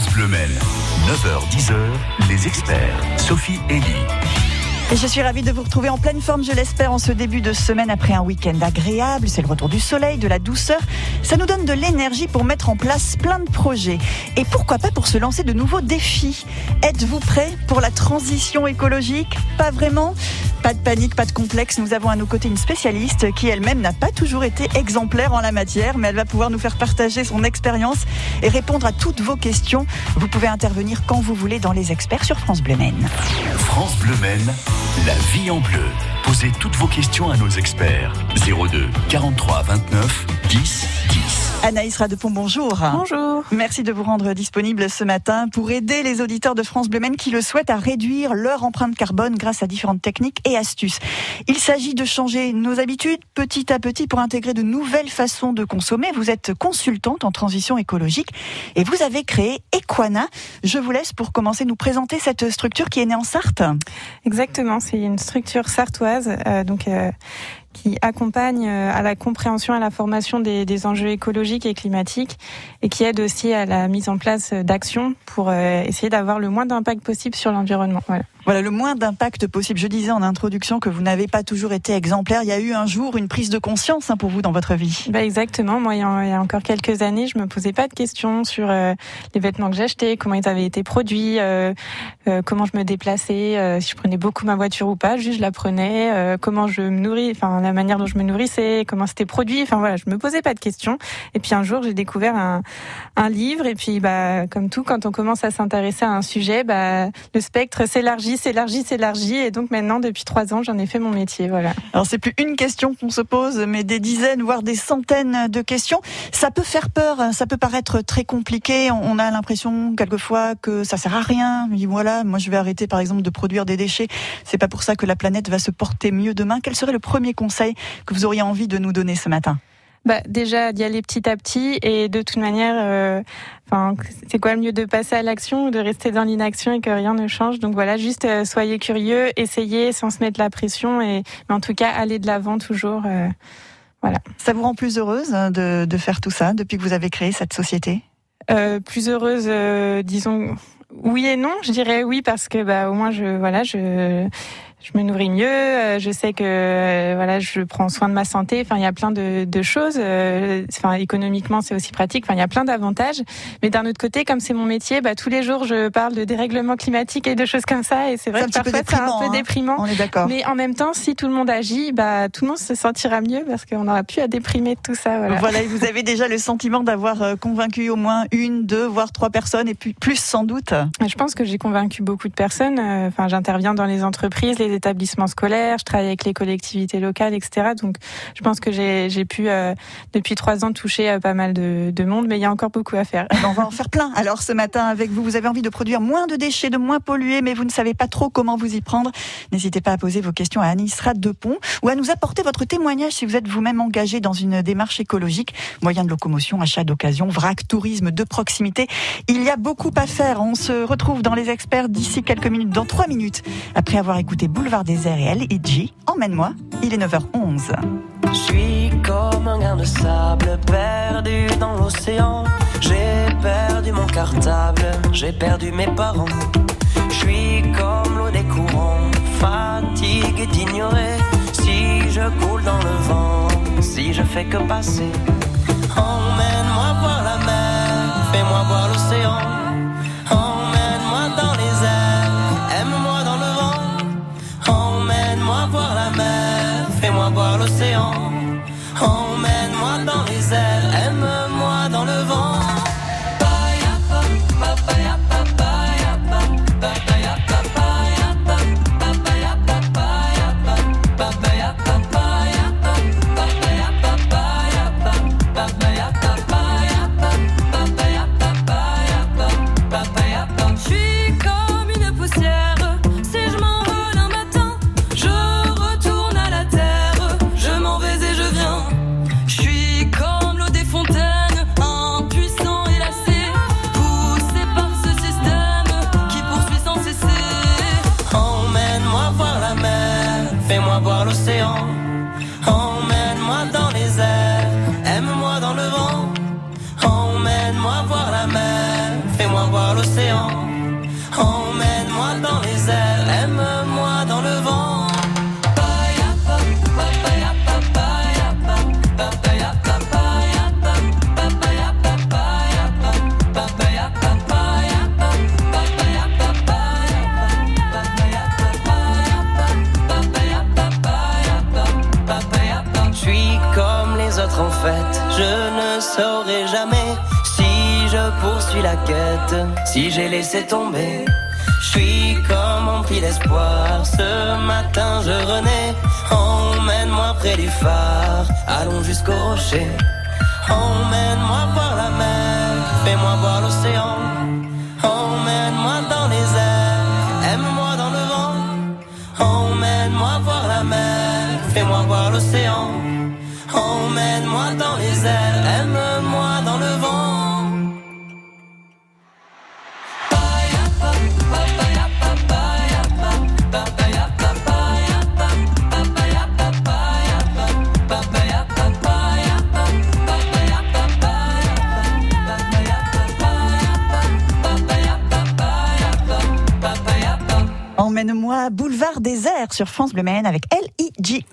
France Bleu Maine. 9h-10h, les experts. Sophie Elie. Et je suis ravie de vous retrouver en pleine forme, je l'espère, en ce début de semaine après un week-end agréable. C'est le retour du soleil, de la douceur. Ça nous donne de l'énergie pour mettre en place plein de projets. Et pourquoi pas pour se lancer de nouveaux défis. Êtes-vous prêts pour la transition écologique ? Pas vraiment ? Pas de panique, pas de complexe. Nous avons à nos côtés une spécialiste qui elle-même n'a pas toujours été exemplaire en la matière, mais elle va pouvoir nous faire partager son expérience et répondre à toutes vos questions. Vous pouvez intervenir quand vous voulez dans les experts sur France Bleu Maine. France Bleu Maine, la vie en bleu. Posez toutes vos questions à nos experts. 02 43 29 10 10. Anaïs Radepont, bonjour. Bonjour. Merci de vous rendre disponible ce matin pour aider les auditeurs de France Bleu Maine qui le souhaitent à réduire leur empreinte carbone grâce à différentes techniques et astuces. Il s'agit de changer nos habitudes petit à petit pour intégrer de nouvelles façons de consommer. Vous êtes consultante en transition écologique et vous avez créé Equana. Je vous laisse pour commencer nous présenter cette structure qui est née en Sarthe. Exactement, c'est une structure sartoise, qui accompagne à la compréhension, à la formation des enjeux écologiques et climatiques et qui aide aussi à la mise en place d'actions pour essayer d'avoir le moins d'impact possible sur l'environnement. Voilà, le moins d'impact possible. Je disais en introduction que vous n'avez pas toujours été exemplaire. Il y a eu un jour une prise de conscience pour vous dans votre vie. Exactement. Moi, il y a encore quelques années, je me posais pas de questions sur les vêtements que j'achetais, comment ils avaient été produits, comment je me déplaçais, si je prenais beaucoup ma voiture ou pas. Juste, je la prenais, comment je me nourris, enfin la manière dont je me nourrissais, comment c'était produit. Enfin voilà, je me posais pas de questions. Et puis un jour, j'ai découvert un livre. Et puis, comme tout, quand on commence à s'intéresser à un sujet, le spectre s'élargit. Et donc maintenant, depuis 3 ans, j'en ai fait mon métier. Voilà. Alors c'est plus une question qu'on se pose, mais des dizaines, voire des centaines de questions. Ça peut faire peur, ça peut paraître très compliqué. On a l'impression quelquefois que ça sert à rien. Mais voilà, moi je vais arrêter par exemple de produire des déchets. C'est pas pour ça que la planète va se porter mieux demain. Quel serait le premier conseil que vous auriez envie de nous donner ce matin ? Déjà d'y aller petit à petit et de toute manière, c'est quoi le mieux de passer à l'action ou de rester dans l'inaction et que rien ne change. Donc voilà, juste soyez curieux, essayez sans se mettre la pression mais en tout cas allez de l'avant toujours. Voilà. Ça vous rend plus heureuse de faire tout ça depuis que vous avez créé cette société ? Plus heureuse, disons. Oui et non, je dirais oui parce que au moins je me nourris mieux, je sais que je prends soin de ma santé. Enfin, il y a plein de choses. Économiquement, c'est aussi pratique. Enfin, il y a plein d'avantages. Mais d'un autre côté, comme c'est mon métier, tous les jours, je parle de dérèglement climatique et de choses comme ça. Et c'est vrai que parfois, c'est un peu déprimant. On est d'accord. Mais en même temps, si tout le monde agit, tout le monde se sentira mieux parce qu'on n'aura plus à déprimer de tout ça. Voilà. Et vous avez déjà le sentiment d'avoir convaincu au moins 1, 2, voire 3 personnes et puis plus sans doute. Je pense que j'ai convaincu beaucoup de personnes. J'interviens dans les entreprises, les établissements scolaires, je travaille avec les collectivités locales, etc. Donc, je pense que j'ai pu, depuis 3 ans, toucher pas mal de monde, mais il y a encore beaucoup à faire. On va en faire plein. Alors, ce matin, avec vous, vous avez envie de produire moins de déchets, de moins polluer, mais vous ne savez pas trop comment vous y prendre. N'hésitez pas à poser vos questions à Anaïs Radepont ou à nous apporter votre témoignage si vous êtes vous-même engagé dans une démarche écologique, moyen de locomotion, achat d'occasion, vrac, tourisme de proximité. Il y a beaucoup à faire. On se retrouve dans les experts d'ici quelques minutes, dans 3 minutes, après avoir écouté Boulevard Désert et L.E.G. Emmène-moi, il est 9h11. Je suis comme un grain de sable perdu dans l'océan. J'ai perdu mon cartable, j'ai perdu mes parents. Je suis comme l'eau des courants, fatigué d'ignorer. Si je coule dans le vent, si je fais que passer. Emmène-moi voir la mer, fais-moi voir l'océan. Emmène-moi dans les airs, aime-moi dans le vent. Emmène-moi voir la mer, fais-moi voir l'océan. Emmène-moi dans les airs, aime-moi dans le vent. fais-moi voir l'océan. Emmène-moi dans les airs, aime-moi dans le vent. En fait, je ne saurais jamais si je poursuis la quête, si j'ai laissé tomber. Je suis comme empli d'espoir, ce matin je renais. Emmène-moi près du phare, allons jusqu'au rocher. Emmène-moi voir la mer, fais-moi voir l'océan. Emmène-moi dans les airs, aime-moi dans le vent. Emmène-moi voir la mer, fais-moi voir l'océan. Emmène-moi dans les airs, aime-moi dans le vent. Emmène-moi boulevard des airs sur France Bleu Maine avec L.I.G.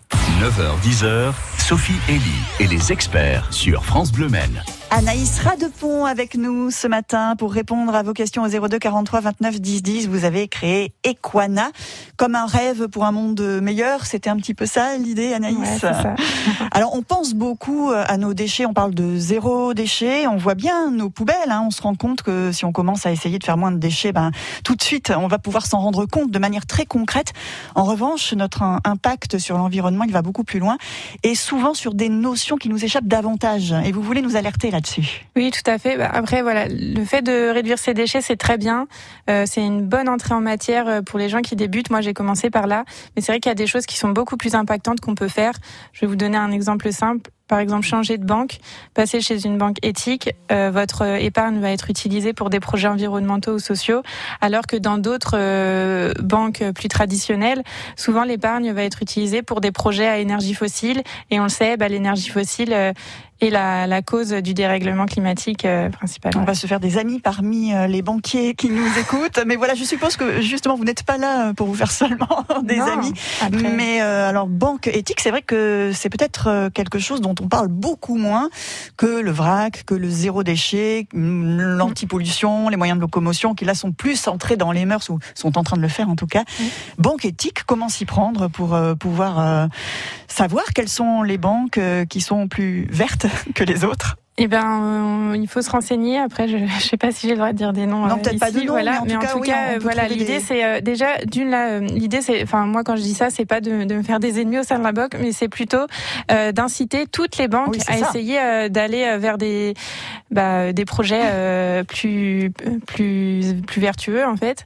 9h-10h, Sophie Elie et les experts sur France Bleu Maine. Anaïs Radepont avec nous ce matin pour répondre à vos questions au 02 43 29 10 10. Vous avez créé Equana comme un rêve pour un monde meilleur. C'était un petit peu ça l'idée, Anaïs? Ouais, c'est ça. Alors on pense beaucoup à nos déchets, on parle de zéro déchet, on voit bien nos poubelles, hein. On se rend compte que si on commence à essayer de faire moins de déchets, tout de suite on va pouvoir s'en rendre compte de manière très concrète. En revanche, notre impact sur l'environnement, il va beaucoup plus loin et souvent sur des notions qui nous échappent davantage. Et vous voulez nous alerter là-dessus? Oui, tout à fait. Après, voilà, le fait de réduire ses déchets, c'est très bien. C'est une bonne entrée en matière pour les gens qui débutent. Moi, j'ai commencé par là. Mais c'est vrai qu'il y a des choses qui sont beaucoup plus impactantes qu'on peut faire. Je vais vous donner un exemple simple. Par exemple, changer de banque, passer chez une banque éthique, votre épargne va être utilisée pour des projets environnementaux ou sociaux, alors que dans d'autres banques plus traditionnelles, souvent l'épargne va être utilisée pour des projets à énergie fossile. Et on le sait, l'énergie fossile est la cause du dérèglement climatique principalement. On va se faire des amis parmi les banquiers qui nous écoutent. Mais voilà, je suppose que justement, vous n'êtes pas là pour vous faire seulement des amis. Après... Mais alors, banque éthique, c'est vrai que c'est peut-être quelque chose dont on parle beaucoup moins que le vrac, que le zéro déchet, l'antipollution, les moyens de locomotion, qui là sont plus centrés dans les mœurs, ou sont en train de le faire en tout cas. Banque éthique, comment s'y prendre pour pouvoir savoir quelles sont les banques qui sont plus vertes que les autres? Eh il faut se renseigner. Après, je sais pas si j'ai le droit de dire des noms. Non, peut-être ici, pas de noms, voilà. mais en tout cas, voilà. L'idée, c'est déjà l'idée, c'est, moi, quand je dis ça, c'est pas de me faire des ennemis au sein de la banque, mais c'est plutôt d'inciter toutes les banques à essayer d'aller vers des projets plus vertueux, en fait.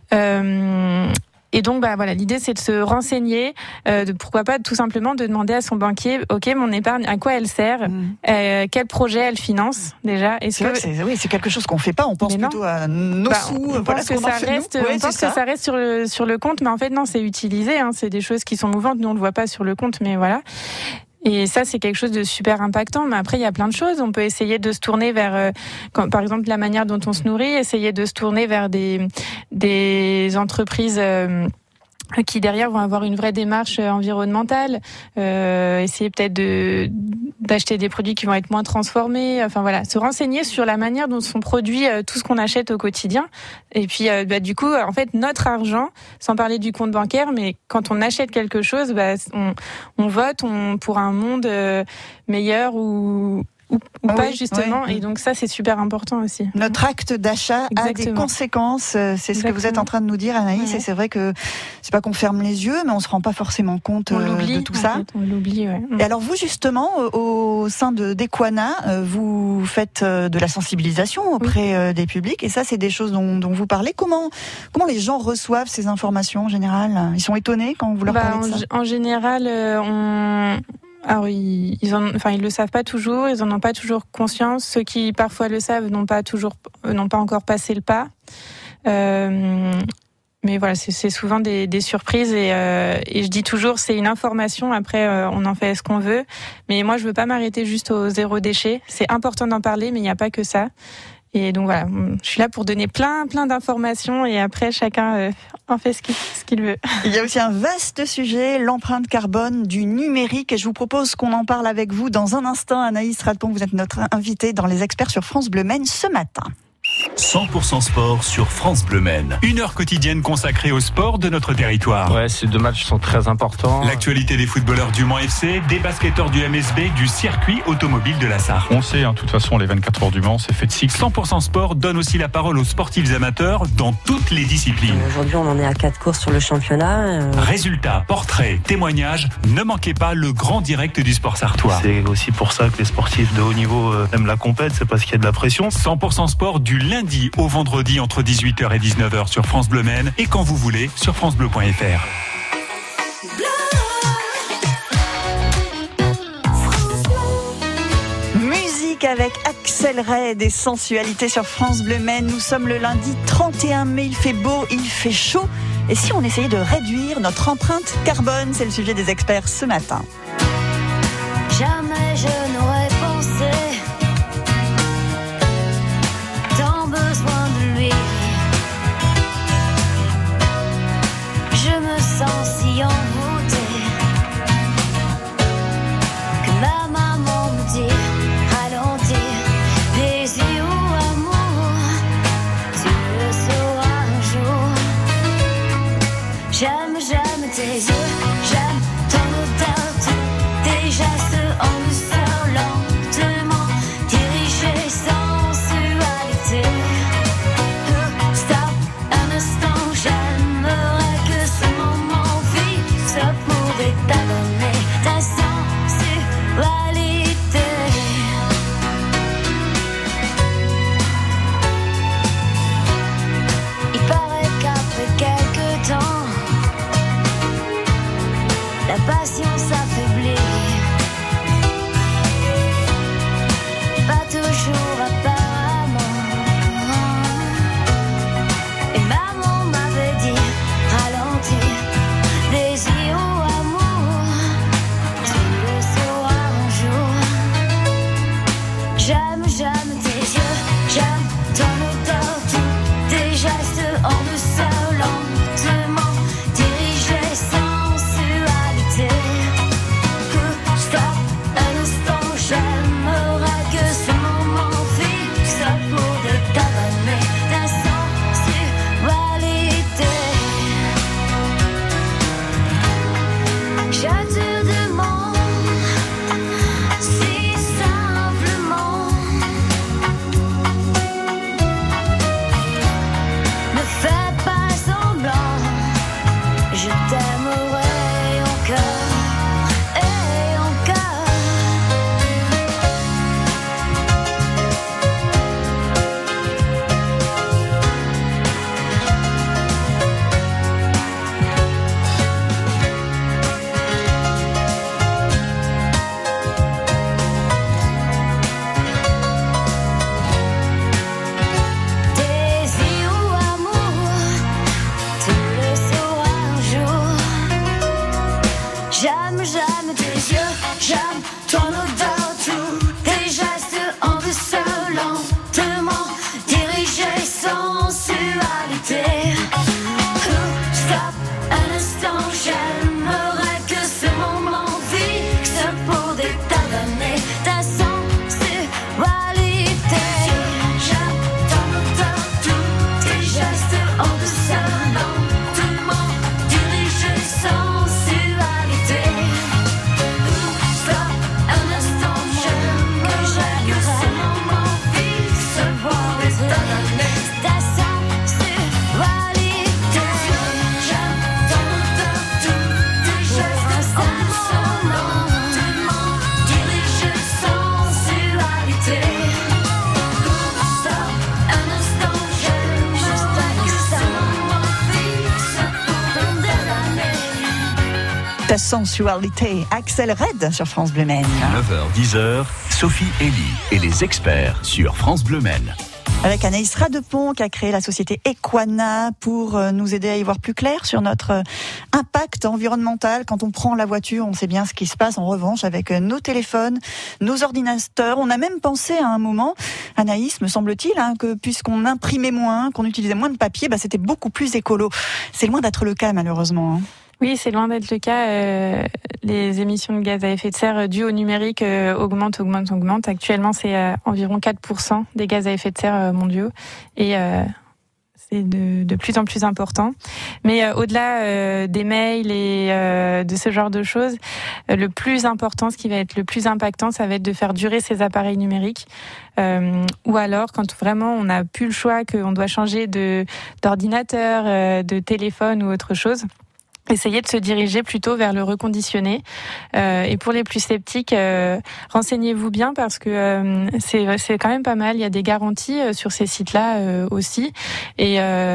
Et donc, l'idée, c'est de se renseigner, pourquoi pas tout simplement de demander à son banquier, ok, mon épargne, à quoi elle sert, quel projet elle finance déjà. C'est quelque chose qu'on fait pas. On pense plutôt à nos sous. On pense que ça reste sur le compte, mais en fait non, c'est utilisé. Hein, c'est des choses qui sont mouvantes. Nous on le voit pas sur le compte, mais voilà. Et ça, c'est quelque chose de super impactant. Mais après, il y a plein de choses. On peut essayer de se tourner vers, par exemple, la manière dont on se nourrit, essayer de se tourner vers des entreprises qui derrière vont avoir une vraie démarche environnementale, essayer peut-être d'acheter des produits qui vont être moins transformés, enfin voilà, se renseigner sur la manière dont sont produits tout ce qu'on achète au quotidien. Et puis du coup, en fait, notre argent, sans parler du compte bancaire, mais quand on achète quelque chose, on vote pour un monde meilleur ou pas justement, et donc ça c'est super important aussi. Notre acte d'achat a des conséquences, c'est ce que vous êtes en train de nous dire, Anaïs, et c'est vrai que c'est pas qu'on ferme les yeux, mais on se rend pas forcément compte de tout ça. On l'oublie, ouais. Et alors vous justement, au sein d'Equana, vous faites de la sensibilisation auprès des publics, et ça c'est des choses dont vous parlez. Comment les gens reçoivent ces informations en général? Ils sont étonnés quand vous leur parlez de ça? En général, alors ils le savent pas toujours, ils en ont pas toujours conscience. Ceux qui parfois le savent n'ont pas encore passé le pas. Mais voilà, c'est souvent des surprises et je dis toujours c'est une information. Après on en fait ce qu'on veut. Mais moi je veux pas m'arrêter juste au zéro déchet. C'est important d'en parler, mais il n'y a pas que ça. Et donc voilà, je suis là pour donner plein d'informations et après chacun en fait ce qu'il veut. Il y a aussi un vaste sujet, l'empreinte carbone du numérique, et je vous propose qu'on en parle avec vous dans un instant. Anaïs Radpont, vous êtes notre invitée dans Les Experts sur France Bleu Maine ce matin. 100% sport sur France Bleu Maine. Une heure quotidienne consacrée au sport de notre territoire. Ouais, ces 2 matchs sont très importants. L'actualité des footballeurs du Mans FC, des basketteurs du MSB, du circuit automobile de la Sarre. On sait, de toute façon, les 24 heures du Mans, c'est fait de cycle. 100% sport donne aussi la parole aux sportifs amateurs dans toutes les disciplines. Aujourd'hui, on en est à 4 courses sur le championnat. Résultats, portraits, témoignages, ne manquez pas le grand direct du sport sartois. C'est aussi pour ça que les sportifs de haut niveau aiment la compète, c'est parce qu'il y a de la pression. 100% sport du lundi au vendredi entre 18h et 19h sur France Bleu Maine et quand vous voulez sur francebleu.fr. Musique avec Axel Red et Sensualité sur France Bleu Maine. Nous sommes le lundi 31 mai, il fait beau, il fait chaud. Et si on essayait de réduire notre empreinte carbone, c'est le sujet des experts ce matin. Jamais je n'aurais pensé tant besoin de lui. Je me sens si envoûtée que ma maman me dit ralentir, désir ou amour, tu le sauras un jour. J'aime tes yeux, j'aime ton odeur, tes gestes en douceur, lentement dirigés sans sensualité. Stop un instant, j'aimerais que ce moment fixe pourrait t'adonner ta sensualité. Il paraît qu'après quelques temps, la passion s'affaiblit. Pas toujours apparemment. Et maman m'avait dit ralentir, désir ou amour, tu le sauras un jour. J'aime tes yeux, j'aime ton odeur, tous tes gestes en douceur, lentement dirigés sensualité. Stop un instant, j'aimerais que ce moment fixe pourrait t'abonner ta sensualité. Je te demande si simplement, ne fais pas semblant, je t'aimerai encore et encore. Désir ou amour, tu le sauras un jour. J'aime tes yeux, j'aime ton odeur, tous tes gestes en douceur, lentement dirigés sensualité. Stop un instant, j'aimerais que ce moment fixe pourrait t'adonner ta sensualité. J'aime ton odeur, tous tes gestes en douceur, lentement dirigés sensualité. Stop un instant, j'aimerais que ce moment fixe pourrait t'adonner ta sensualité. J'aime ton odeur, tous tes gestes en douceur, lentement dirigés sensualité. Stop un instant, j'aimerais que ce moment fixe pourrait t'adonner. Ta sensualité, Axel Red sur France Bleu Maine. 9h, 10h, Sophie Elie et les experts sur France Bleu Maine. Avec Anaïs Radepont qui a créé la société Equana pour nous aider à y voir plus clair sur notre impact environnemental. Quand on prend la voiture, on sait bien ce qui se passe. En revanche, avec nos téléphones, nos ordinateurs, on a même pensé à un moment, Anaïs, me semble-t-il, que puisqu'on imprimait moins, qu'on utilisait moins de papier, c'était beaucoup plus écolo. C'est loin d'être le cas, malheureusement. Oui, c'est loin d'être le cas. Les émissions de gaz à effet de serre dues au numérique augmentent. Actuellement, c'est environ 4% des gaz à effet de serre mondiaux. Et c'est de plus en plus important. Mais au-delà des mails et de ce genre de choses, le plus important, ce qui va être le plus impactant, ça va être de faire durer ces appareils numériques. Ou alors, quand vraiment on n'a plus le choix, qu'on doit changer d'ordinateur, de téléphone ou autre chose, essayer de se diriger plutôt vers le reconditionné. Et pour les plus sceptiques, renseignez-vous bien parce que c'est quand même pas mal. Il y a des garanties sur ces sites-là aussi. Et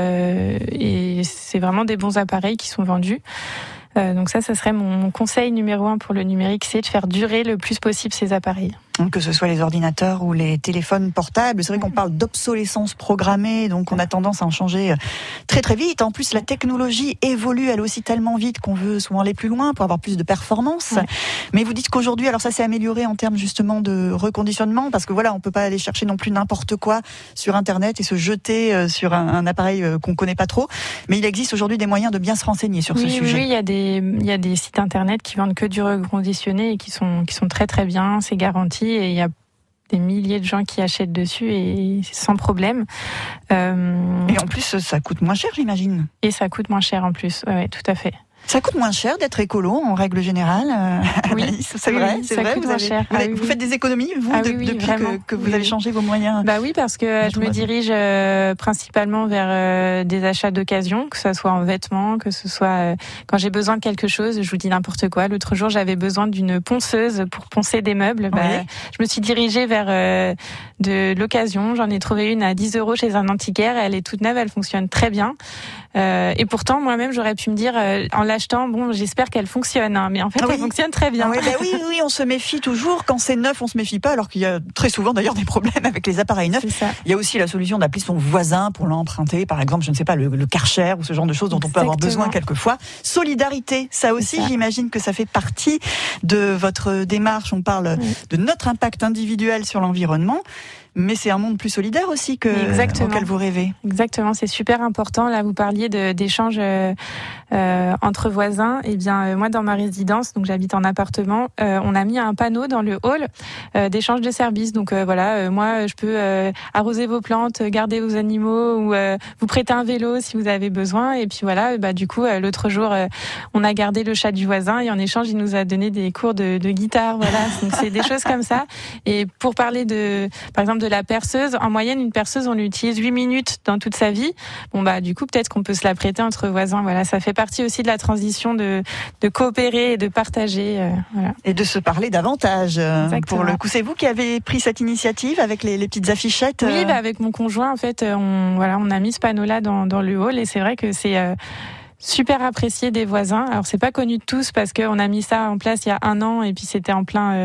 c'est vraiment des bons appareils qui sont vendus. Donc ça serait mon conseil numéro 1 pour le numérique, c'est de faire durer le plus possible ces appareils. Que ce soit les ordinateurs ou les téléphones portables, c'est vrai qu'on parle d'obsolescence programmée, donc on a tendance à en changer très très vite. En plus, la technologie évolue elle aussi tellement vite qu'on veut souvent aller plus loin pour avoir plus de performance. Ouais. Mais vous dites qu'aujourd'hui, alors ça s'est amélioré en termes justement de reconditionnement, parce que voilà, on peut pas aller chercher non plus n'importe quoi sur Internet et se jeter sur un appareil qu'on connaît pas trop. Mais il existe aujourd'hui des moyens de bien se renseigner sur ce sujet. Oui, il y a des sites Internet qui vendent que du reconditionné et qui sont très très bien, c'est garanti. Et il y a des milliers de gens qui achètent dessus et sans problème. Et en plus, ça coûte moins cher, j'imagine. Et ça coûte moins cher en plus, ouais, tout à fait. Ça coûte moins cher d'être écolo en règle générale. Oui, c'est vrai. Ça coûte moins cher. Vous faites des économies vous depuis que vous avez changé vos moyens. Bah oui, parce que je me dirige principalement vers des achats d'occasion, que ce soit en vêtements, que ce soit quand j'ai besoin de quelque chose. Je vous dis n'importe quoi. L'autre jour, j'avais besoin d'une ponceuse pour poncer des meubles. Je me suis dirigée vers de l'occasion. J'en ai trouvé une à 10 € chez un antiquaire. Elle est toute neuve, elle fonctionne très bien. Et pourtant, moi-même, j'aurais pu me dire, en l'achetant, j'espère qu'elle fonctionne, mais en fait, elle fonctionne très bien. Oui, on se méfie toujours. Quand c'est neuf, on se méfie pas, alors qu'il y a très souvent d'ailleurs des problèmes avec les appareils neufs. Il y a aussi la solution d'appeler son voisin pour l'emprunter, par exemple, je ne sais pas, le Karcher ou ce genre de choses dont on peut avoir besoin quelquefois. Solidarité, ça aussi, j'imagine que ça fait partie de votre démarche. On parle de notre impact individuel sur l'environnement. Mais c'est un monde plus solidaire aussi auquel vous rêvez. Exactement, c'est super important. Là, vous parliez d'échanges entre voisins. Eh bien, moi, dans ma résidence, donc j'habite en appartement, on a mis un panneau dans le hall d'échange de services. Donc moi, je peux arroser vos plantes, garder vos animaux ou vous prêter un vélo si vous avez besoin. Et puis voilà, du coup, l'autre jour, on a gardé le chat du voisin et en échange, il nous a donné des cours de guitare. Voilà, donc c'est des choses comme ça. Et pour parler par exemple, de la perceuse, en moyenne, une perceuse, on l'utilise 8 minutes dans toute sa vie. Du coup, peut-être qu'on peut se la prêter entre voisins. Voilà, ça fait partie aussi de la transition de coopérer et de partager. Voilà. Et de se parler davantage. Pour le coup, c'est vous qui avez pris cette initiative avec les petites affichettes. Oui, avec mon conjoint, en fait, on a mis ce panneau-là dans le hall et c'est vrai que c'est super apprécié des voisins. Alors c'est pas connu de tous parce qu'on a mis ça en place il y a 1 an et puis c'était en plein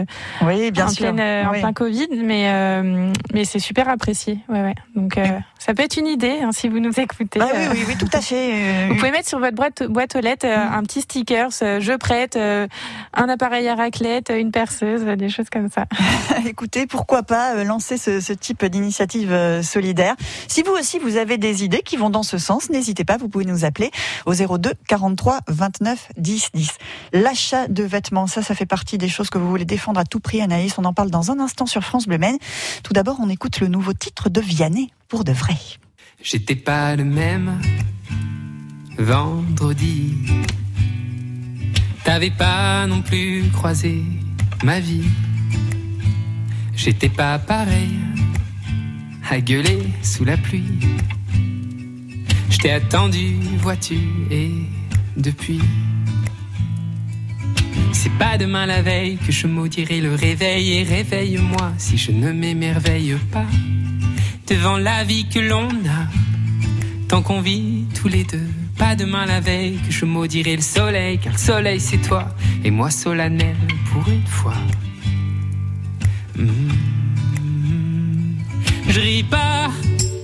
plein Covid, mais c'est super apprécié. Ouais. Donc ça peut être une idée si vous nous écoutez. Oui, tout à fait. Vous pouvez mettre sur votre boîte aux lettres un petit sticker, je prête un appareil à raclette, une perceuse, des choses comme ça. Écoutez, pourquoi pas lancer ce type d'initiative solidaire. Si vous aussi vous avez des idées qui vont dans ce sens, n'hésitez pas, vous pouvez nous appeler au 02 43 29 10 10. L'achat de vêtements, ça fait partie des choses que vous voulez défendre à tout prix, Anaïs. On en parle dans un instant sur France Bleu Maine. Tout d'abord, on écoute le nouveau titre de Vianney, Pour de vrai. J'étais pas le même vendredi. T'avais pas non plus croisé ma vie. J'étais pas pareil à gueuler sous la pluie. Je t'ai attendu, vois-tu, et depuis, c'est pas demain la veille que je maudirai le réveil. Et réveille-moi si je ne m'émerveille pas devant la vie que l'on a, tant qu'on vit tous les deux. Pas demain la veille que je maudirai le soleil, car le soleil c'est toi, et moi solennel pour une fois. Je ris pas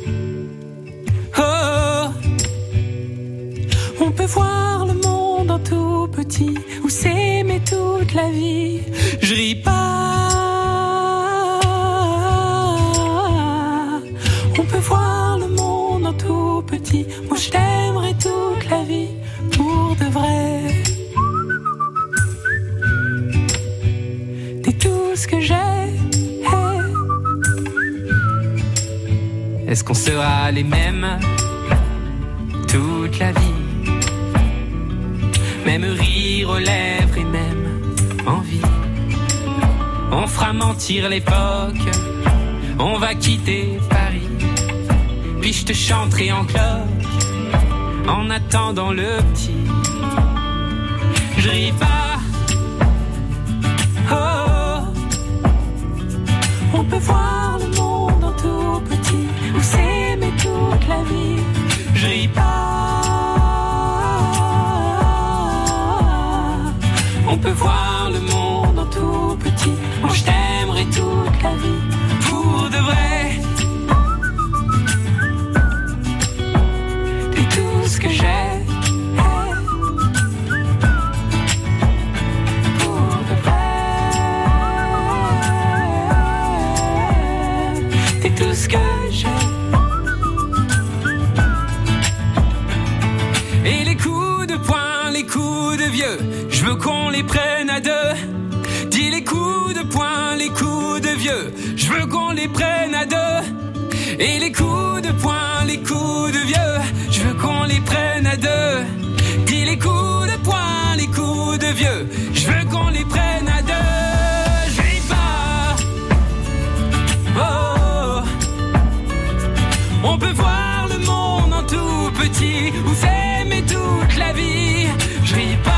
peut voir le monde en tout petit ou s'aimer toute la vie. Je ris pas. On peut voir le monde en tout petit. Moi je t'aimerai toute la vie pour de vrai. T'es tout ce que j'ai. Est-ce qu'on sera les mêmes toute la vie? Même rire aux lèvres et même envie. On fera mentir l'époque. On va quitter Paris. Puis je te chanterai en cloche en attendant le petit. Je ris pas. Oh, on peut voir le monde en tout petit ou s'aimer toute la vie. Je ris pas. On peut voir le monde en tout petit. Moi je t'aimerai toute la vie pour de vrai. T'es tout ce que j'ai. Tout ce que j'ai. Et les coups de poing, les coups de vieux, je veux qu'on les prenne à deux. Dis les coups de poing, les coups de vieux, je veux qu'on les prenne à deux. Et les coups de poing, les coups de vieux, je veux qu'on les prenne à deux. Dis les coups de poing, les coups de vieux, je veux qu'on les prenne à deux. Je ris pas. Oh. On peut voir le monde en tout petit ou s'aimer toute la vie. Je ris pas.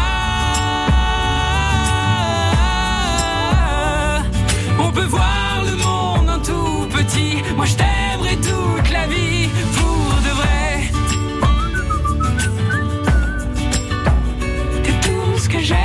On peut voir le monde en tout petit. Moi je t'aimerai toute la vie pour de vrai. T'es tout ce que j'ai.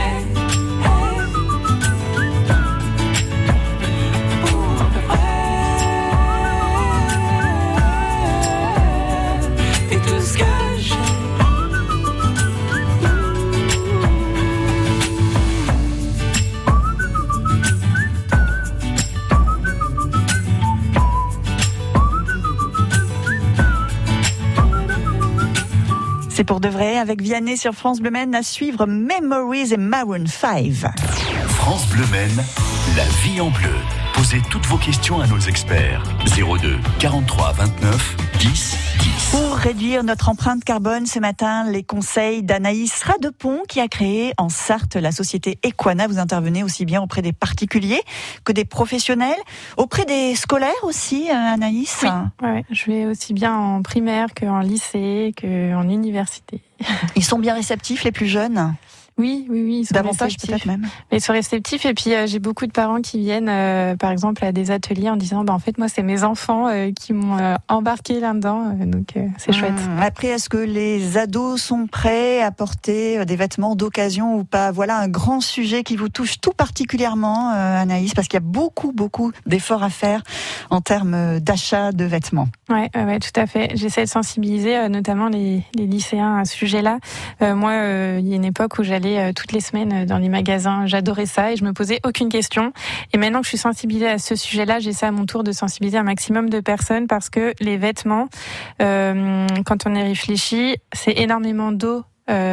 C'est pour de vrai avec Vianney sur France Bleu Maine à suivre Memories et Maroon 5. France Bleu Maine, la vie en bleu. Posez toutes vos questions à nos experts. 02 43 29 10 10. Pour réduire notre empreinte carbone ce matin, les conseils d'Anaïs Radepont qui a créé en Sarthe la société Equana. Vous intervenez aussi bien auprès des particuliers que des professionnels, auprès des scolaires aussi, Anaïs. Oui, ouais, je vais aussi bien en primaire qu'en lycée, qu'en université. Ils sont bien réceptifs, les plus jeunes ? Oui, ils sont davantage réceptifs. Peut-être même. Ils sont réceptifs et puis j'ai beaucoup de parents qui viennent par exemple à des ateliers en disant en fait moi c'est mes enfants qui m'ont embarqué là-dedans donc c'est chouette. Après est-ce que les ados sont prêts à porter des vêtements d'occasion ou pas? Voilà un grand sujet qui vous touche tout particulièrement Anaïs, parce qu'il y a beaucoup d'efforts à faire en termes d'achat de vêtements. Ouais, tout à fait. J'essaie de sensibiliser notamment les lycéens à ce sujet-là. Moi il y a une époque où j'allais toutes les semaines dans les magasins, j'adorais ça et je me posais aucune question. Et maintenant que je suis sensibilisée à ce sujet-là, j'essaie à mon tour de sensibiliser un maximum de personnes parce que les vêtements, quand on y réfléchit, c'est énormément d'eau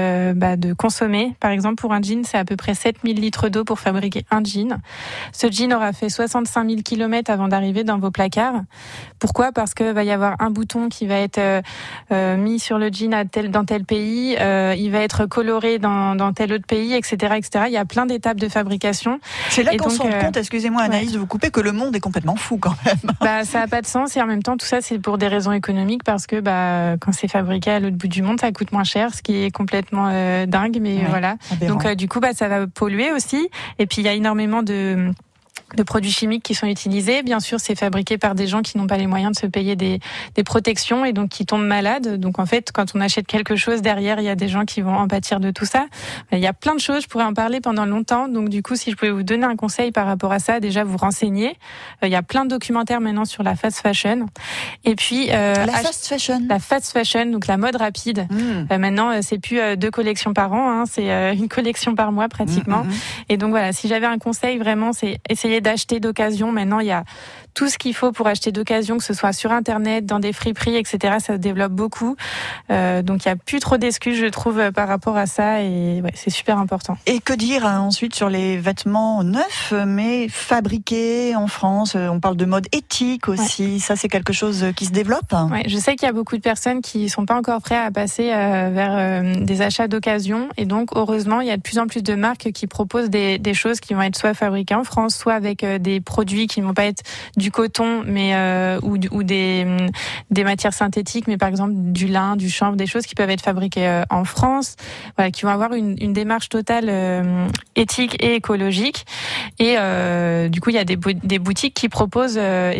de consommer. Par exemple, pour un jean, c'est à peu près 7000 litres d'eau pour fabriquer un jean. Ce jean aura fait 65 000 km avant d'arriver dans vos placards. Pourquoi ? Parce que va y avoir un bouton qui va être mis sur le jean dans tel pays, il va être coloré dans tel autre pays, etc., etc. Il y a plein d'étapes de fabrication. C'est là qu'on se rend compte, excusez-moi Anaïs de vous couper, que le monde est complètement fou quand même. Ça n'a pas de sens et en même temps, tout ça, c'est pour des raisons économiques parce que quand c'est fabriqué à l'autre bout du monde, ça coûte moins cher, ce qui est complètement dingue, mais voilà. Aberrant. Donc du coup, ça va polluer aussi. Et puis il y a énormément de produits chimiques qui sont utilisés. Bien sûr, c'est fabriqué par des gens qui n'ont pas les moyens de se payer des protections et donc qui tombent malades. Donc en fait, quand on achète quelque chose, derrière, il y a des gens qui vont en pâtir de tout ça. Il y a plein de choses, je pourrais en parler pendant longtemps. Donc du coup, si je pouvais vous donner un conseil par rapport à ça, déjà vous renseigner. Il y a plein de documentaires maintenant sur la fast fashion. Et puis la fast fashion, donc la mode rapide. Maintenant, c'est plus 2 collections par an, hein, c'est une collection par mois pratiquement. Et donc voilà, si j'avais un conseil vraiment, c'est essayer d'acheter d'occasion. Maintenant, il y a tout ce qu'il faut pour acheter d'occasion, que ce soit sur Internet, dans des friperies, etc. Ça se développe beaucoup. Donc il n'y a plus trop d'excuses, je trouve, par rapport à ça. Et ouais, c'est super important. Et que dire ensuite sur les vêtements neufs, mais fabriqués en France? On parle de mode éthique aussi. Ouais. Ça, c'est quelque chose qui se développe. Ouais, je sais qu'il y a beaucoup de personnes qui sont pas encore prêtes à passer vers des achats d'occasion. Et donc, heureusement, il y a de plus en plus de marques qui proposent des choses qui vont être soit fabriquées en France, soit avec des produits qui ne vont pas être du coton, mais ou des matières synthétiques, mais par exemple du lin, du chanvre, des choses qui peuvent être fabriquées en France, voilà, qui vont avoir une démarche totale éthique et écologique. Et du coup, il y a des boutiques qui proposent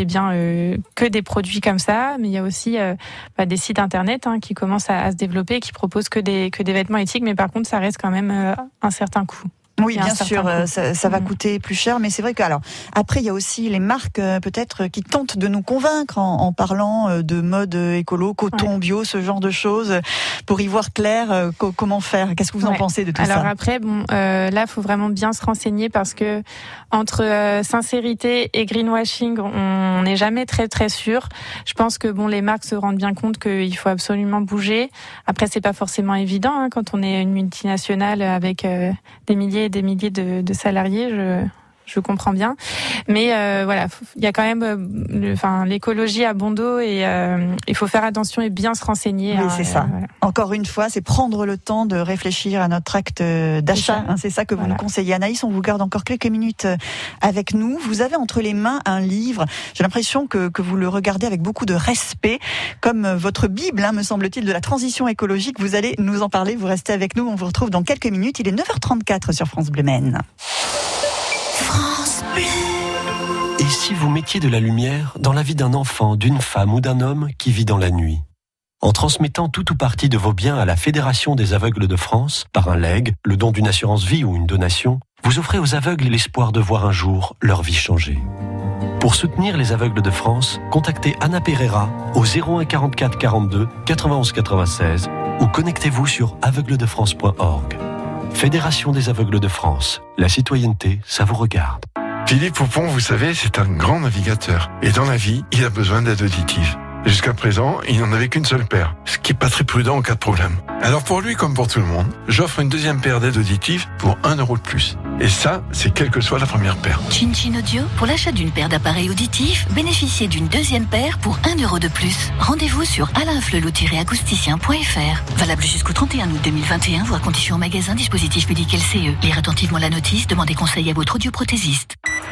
que des produits comme ça, mais il y a aussi des sites internet qui commencent à se développer, qui proposent que des vêtements éthiques, mais par contre, ça reste quand même un certain coût. Oui, bien sûr, ça va coûter plus cher, mais c'est vrai que alors après il y a aussi les marques peut-être qui tentent de nous convaincre en parlant de mode écolo, coton bio, ce genre de choses, pour y voir clair. Comment faire? Qu'est-ce que vous en pensez de tout ça? Alors après, là, faut vraiment bien se renseigner parce que entre sincérité et greenwashing, on n'est jamais très très sûr. Je pense que les marques se rendent bien compte qu'il faut absolument bouger. Après, c'est pas forcément évident quand on est une multinationale avec des milliers et des milliers de salariés, je comprends bien. Mais voilà, il y a quand même l'écologie à bon dos et il faut faire attention et bien se renseigner. Oui, c'est ça. Voilà. Encore une fois, c'est prendre le temps de réfléchir à notre acte d'achat. C'est ça que vous nous conseillez. Anaïs, on vous garde encore quelques minutes avec nous. Vous avez entre les mains un livre. J'ai l'impression que vous le regardez avec beaucoup de respect, comme votre Bible, me semble-t-il, de la transition écologique. Vous allez nous en parler. Vous restez avec nous. On vous retrouve dans quelques minutes. Il est 9h34 sur France Bleu Maine. France Bleu. Et si vous mettiez de la lumière dans la vie d'un enfant, d'une femme ou d'un homme qui vit dans la nuit? En transmettant tout ou partie de vos biens à la Fédération des aveugles de France, par un legs, le don d'une assurance vie ou une donation, vous offrez aux aveugles l'espoir de voir un jour leur vie changer. Pour soutenir les aveugles de France, contactez Anna Pereira au 01 44 42 91 96 ou connectez-vous sur aveugledefrance.org. Fédération des aveugles de France. La citoyenneté, ça vous regarde. Philippe Poupon, vous savez, c'est un grand navigateur. Et dans la vie, il a besoin d'aide auditive. Jusqu'à présent, il n'en avait qu'une seule paire, ce qui n'est pas très prudent en cas de problème. Alors pour lui, comme pour tout le monde, j'offre une deuxième paire d'aides auditives pour 1 € de plus. Et ça, c'est quelle que soit la première paire. Chin Chin Audio, pour l'achat d'une paire d'appareils auditifs, bénéficiez d'une deuxième paire pour 1 € de plus. Rendez-vous sur alainflelou-acousticien.fr. Valable jusqu'au 31 août 2021, voire conditions au magasin dispositif médical CE. Lire attentivement la notice, demandez conseil à votre audioprothésiste.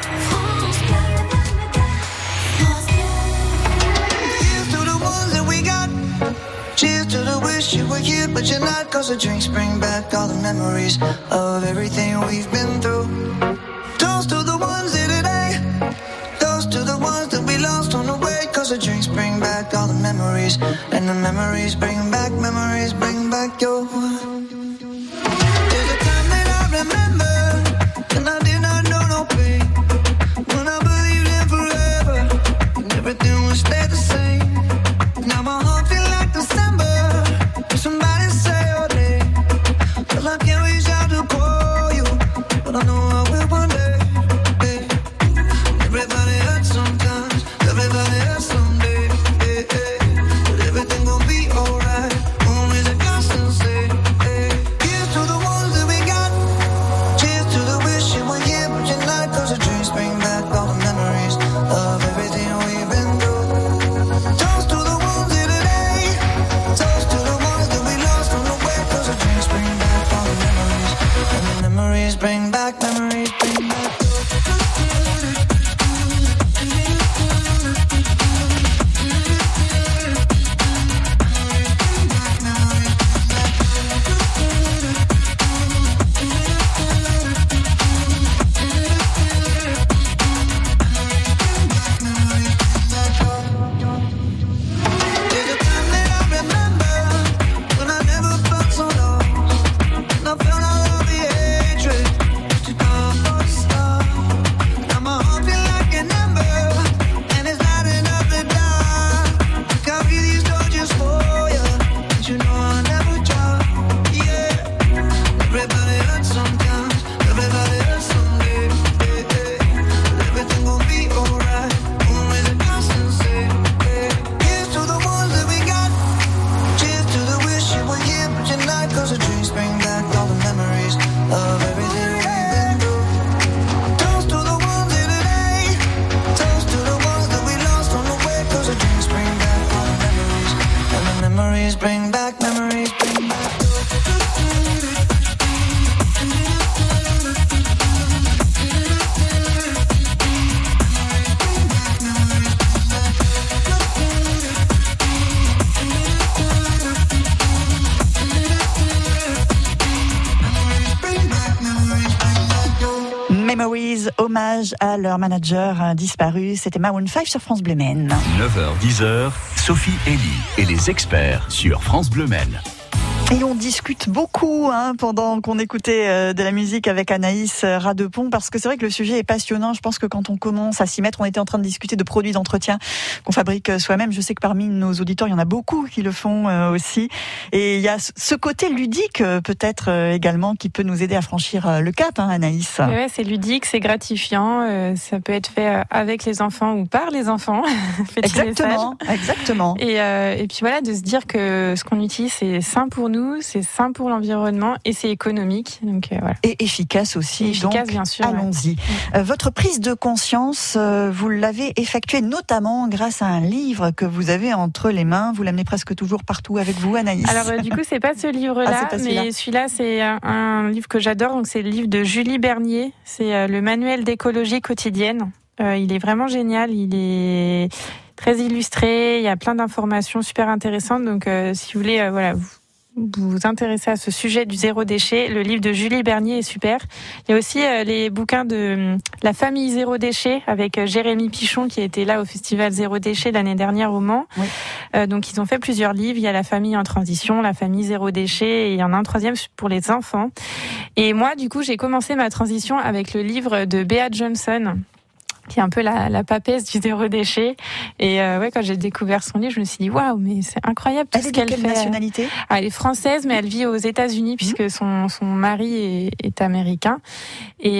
Cheers to the wish you were here, but you're not. Cause the drinks bring back all the memories of everything we've been through. Toast to the ones here today. Toast to the ones that we lost on the way. Cause the drinks bring back all the memories. And the memories bring back your. There's a time that I remember when I did not know no pain. When I believed in forever and everything would stay the same. Now my heart feels like December. Somebody say your name. Cause I can't reach out to call you, but I know I will one day. Hey. Everybody hurts sometimes. Everybody hurts someday. Hey, hey. But everything gon' be alright. Always a constant say. Hey. memories, bring back memories, bring back. Memories, hommage à leur manager disparu. C'était Maroon 5 sur France Bleu Maine. 9h-10h, Sophie Elie et les experts sur France Bleu Maine. Et on discute beaucoup pendant qu'on écoutait de la musique avec Anaïs Radepont, parce que c'est vrai que le sujet est passionnant. Je pense que quand on commence à s'y mettre, on était en train de discuter de produits d'entretien qu'on fabrique soi-même. Je sais que parmi nos auditeurs, il y en a beaucoup qui le font aussi. Et il y a ce côté ludique peut-être également qui peut nous aider à franchir le cap, Anaïs. Ouais, c'est ludique, c'est gratifiant. Ça peut être fait avec les enfants ou par les enfants. Exactement. Et puis voilà, de se dire que ce qu'on utilise, c'est sain pour nous, c'est sain pour l'environnement et c'est économique. Donc, voilà. Et efficace aussi. Efficace, bien sûr. Allons-y. Ouais. Votre prise de conscience, vous l'avez effectuée notamment grâce à un livre que vous avez entre les mains. Vous l'amenez presque toujours partout avec vous, Anaïs. Alors, du coup, c'est pas ce livre-là, mais celui-là, c'est un livre que j'adore. Donc, c'est le livre de Julie Bernier. C'est le manuel d'écologie quotidienne. Il est vraiment génial. Il est très illustré. Il y a plein d'informations super intéressantes. Donc, si vous voulez, vous intéressez à ce sujet du zéro déchet, le livre de Julie Bernier est super. Il y a aussi les bouquins de la famille zéro déchet avec Jérémy Pichon qui était là au festival zéro déchet l'année dernière au Mans. Oui. Donc ils ont fait plusieurs livres. Il y a la famille en transition, la famille zéro déchet, et il y en a un troisième pour les enfants. Et moi, du coup, j'ai commencé ma transition avec le livre de Bea Johnson, qui est un peu la papesse du zéro déchet. Et quand j'ai découvert son livre, je me suis dit waouh, mais c'est incroyable tout ce qu'elle fait. Elle est de quelle nationalité ? Elle est française, mais elle vit aux États-Unis puisque son mari est américain. Et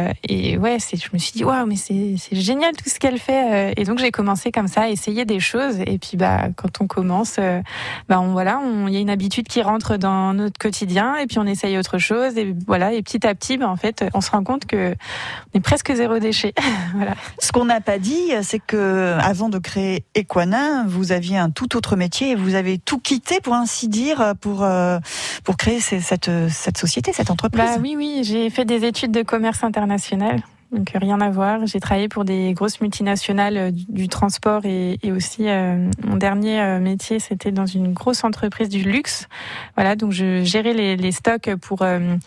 je me suis dit waouh, mais c'est génial tout ce qu'elle fait. Et donc j'ai commencé comme ça à essayer des choses. Et puis quand on commence, il y a une habitude qui rentre dans notre quotidien. Et puis on essaye autre chose. Et voilà. Et petit à petit, en fait, on se rend compte que on est presque zéro déchet. Voilà. Ce qu'on n'a pas dit, c'est que avant de créer Equana, vous aviez un tout autre métier et vous avez tout quitté, pour ainsi dire, pour créer cette société, cette entreprise. Oui, j'ai fait des études de commerce international. Donc rien à voir. J'ai travaillé pour des grosses multinationales du transport et aussi mon dernier métier, c'était dans une grosse entreprise du luxe. Voilà, donc je gérais les stocks pour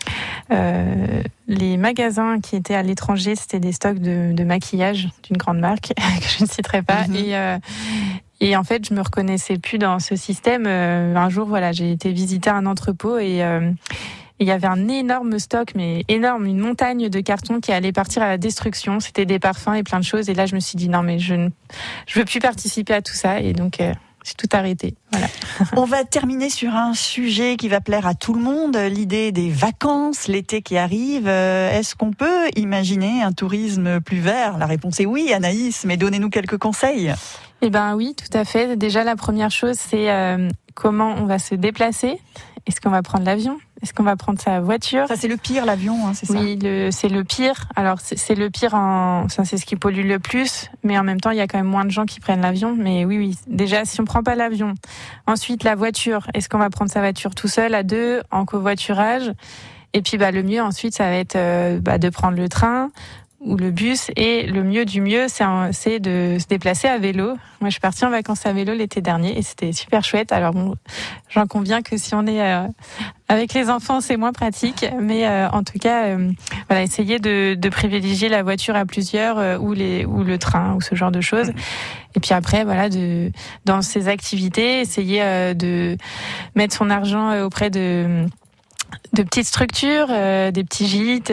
les magasins qui étaient à l'étranger. C'était des stocks de maquillage d'une grande marque que je ne citerai pas. Et en fait, je me reconnaissais plus dans ce système. Un jour, j'ai été visiter un entrepôt et il y avait un énorme stock, mais énorme, une montagne de cartons qui allait partir à la destruction. C'était des parfums et plein de choses. Et là, je me suis dit non, mais je veux plus participer à tout ça. Et donc, j'ai tout arrêté. Voilà. On va terminer sur un sujet qui va plaire à tout le monde, l'idée des vacances, l'été qui arrive. Est-ce qu'on peut imaginer un tourisme plus vert ? La réponse est oui, Anaïs, mais donnez-nous quelques conseils. Eh ben oui, tout à fait. Déjà, la première chose, c'est comment on va se déplacer. Est-ce qu'on va prendre l'avion ? Est-ce qu'on va prendre sa voiture ? Ça, c'est le pire, l'avion, c'est ça ? Oui, c'est le pire. Alors, c'est le pire ça, c'est ce qui pollue le plus. Mais en même temps, il y a quand même moins de gens qui prennent l'avion. Mais oui. Déjà, si on prend pas l'avion. Ensuite, la voiture. Est-ce qu'on va prendre sa voiture tout seul, à deux, en covoiturage ? Et puis, le mieux, ensuite, ça va être de prendre le train ou le bus, et le mieux du mieux, c'est de se déplacer à vélo. Moi, je suis partie en vacances à vélo l'été dernier et c'était super chouette. Alors bon, j'en conviens que si on est avec les enfants, c'est moins pratique, mais en tout cas, essayer de privilégier la voiture à plusieurs ou le train ou ce genre de choses. Et puis après, dans ces activités, essayer de mettre son argent auprès de petites structures, des petits gîtes,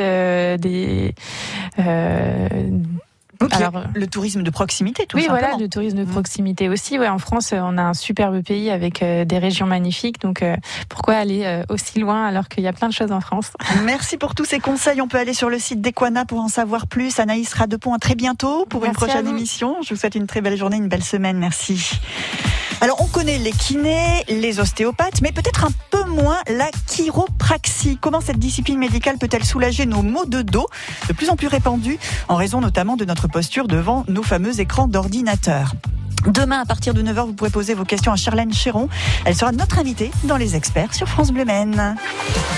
le tourisme de proximité, tout simplement. Oui, voilà, le tourisme de proximité aussi. Ouais, en France, on a un superbe pays avec des régions magnifiques. Donc, pourquoi aller aussi loin alors qu'il y a plein de choses en France ? Merci pour tous ces conseils. On peut aller sur le site d'Equana pour en savoir plus. Anaïs Radepont, à très bientôt pour une prochaine émission. Je vous souhaite une très belle journée, une belle semaine. Merci. Alors, on connaît les kinés, les ostéopathes, mais peut-être un peu moins la chiropraxie. Comment cette discipline médicale peut-elle soulager nos maux de dos, de plus en plus répandus, en raison notamment de notre posture devant nos fameux écrans d'ordinateur ? Demain, à partir de 9h, vous pourrez poser vos questions à Charlène Chéron. Elle sera notre invitée dans Les Experts sur France Bleu Maine.